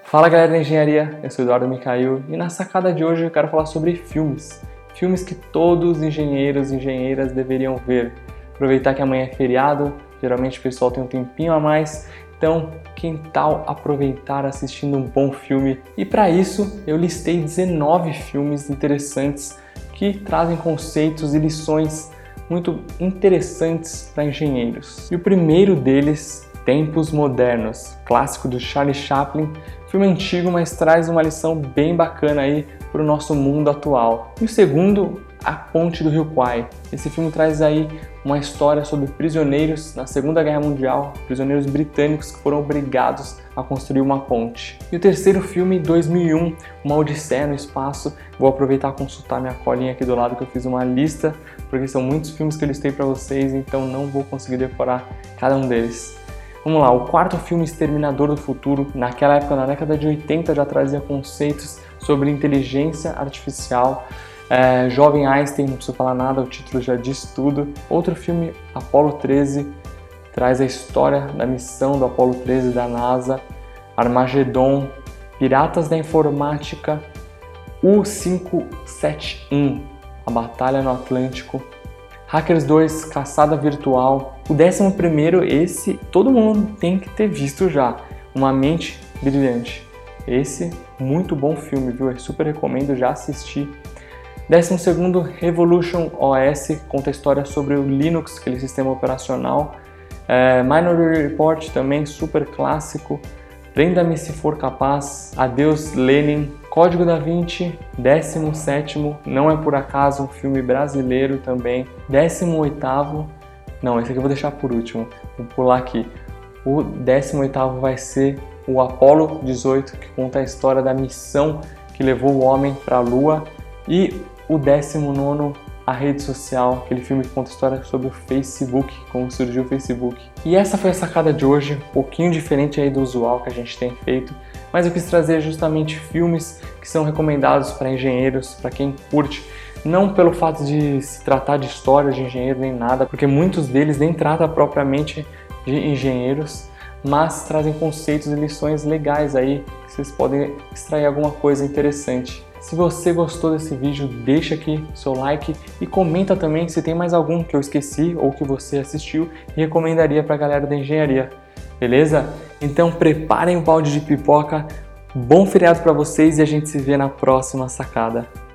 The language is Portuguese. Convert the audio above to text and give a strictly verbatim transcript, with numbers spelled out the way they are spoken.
Fala galera da engenharia, eu sou Eduardo Micail e na sacada de hoje eu quero falar sobre filmes. Filmes que todos os engenheiros e engenheiras deveriam ver. Aproveitar que amanhã é feriado, geralmente o pessoal tem um tempinho a mais, então que tal aproveitar assistindo um bom filme? E para isso eu listei dezenove filmes interessantes que trazem conceitos e lições muito interessantes para engenheiros. E o primeiro deles, Tempos Modernos, clássico do Charlie Chaplin, filme antigo, mas traz uma lição bem bacana aí para o nosso mundo atual. E o segundo, A Ponte do Rio Kwai. Esse filme traz aí uma história sobre prisioneiros na Segunda Guerra Mundial, prisioneiros britânicos que foram obrigados a construir uma ponte. E o terceiro filme, dois mil e um, Uma Odisseia no Espaço. Vou aproveitar e consultar minha colinha aqui do lado que eu fiz uma lista, porque são muitos filmes que eu listei para vocês, então não vou conseguir decorar cada um deles. Vamos lá, o quarto filme, Exterminador do Futuro, naquela época, na década de oitenta, já trazia conceitos sobre inteligência artificial. É, Jovem Einstein, não preciso falar nada, o título já diz tudo. Outro filme, Apollo treze, traz a história da missão do Apollo treze da NASA. Armagedon, Piratas da Informática, U quinhentos e setenta e um, A Batalha no Atlântico. Hackers dois, Caçada Virtual. O décimo primeiro, esse todo mundo tem que ter visto já, Uma Mente Brilhante. Esse, muito bom filme, viu? Eu super recomendo, já assisti. Décimo segundo, Revolution O S, conta a história sobre o Linux, aquele sistema operacional. É, Minority Report também, super clássico. Prenda-me se for capaz, Adeus Lenin. Código da Vinci, décimo sétimo, não é por acaso, um filme brasileiro também. Décimo oitavo, não, esse aqui eu vou deixar por último, vou pular aqui. O décimo oitavo vai ser o Apollo dezoito, que conta a história da missão que levou o homem para a Lua. E o décimo nono, A Rede Social, aquele filme que conta a história sobre o Facebook, como surgiu o Facebook. E essa foi a sacada de hoje, um pouquinho diferente aí do usual que a gente tem feito, mas eu quis trazer justamente filmes que são recomendados para engenheiros, para quem curte, não pelo fato de se tratar de história de engenheiro nem nada, porque muitos deles nem tratam propriamente de engenheiros, mas trazem conceitos e lições legais aí, que vocês podem extrair alguma coisa interessante. Se você gostou desse vídeo, deixa aqui seu like e comenta também se tem mais algum que eu esqueci ou que você assistiu e recomendaria para a galera da engenharia. Beleza? Então preparem um balde de pipoca, bom feriado para vocês e a gente se vê na próxima sacada.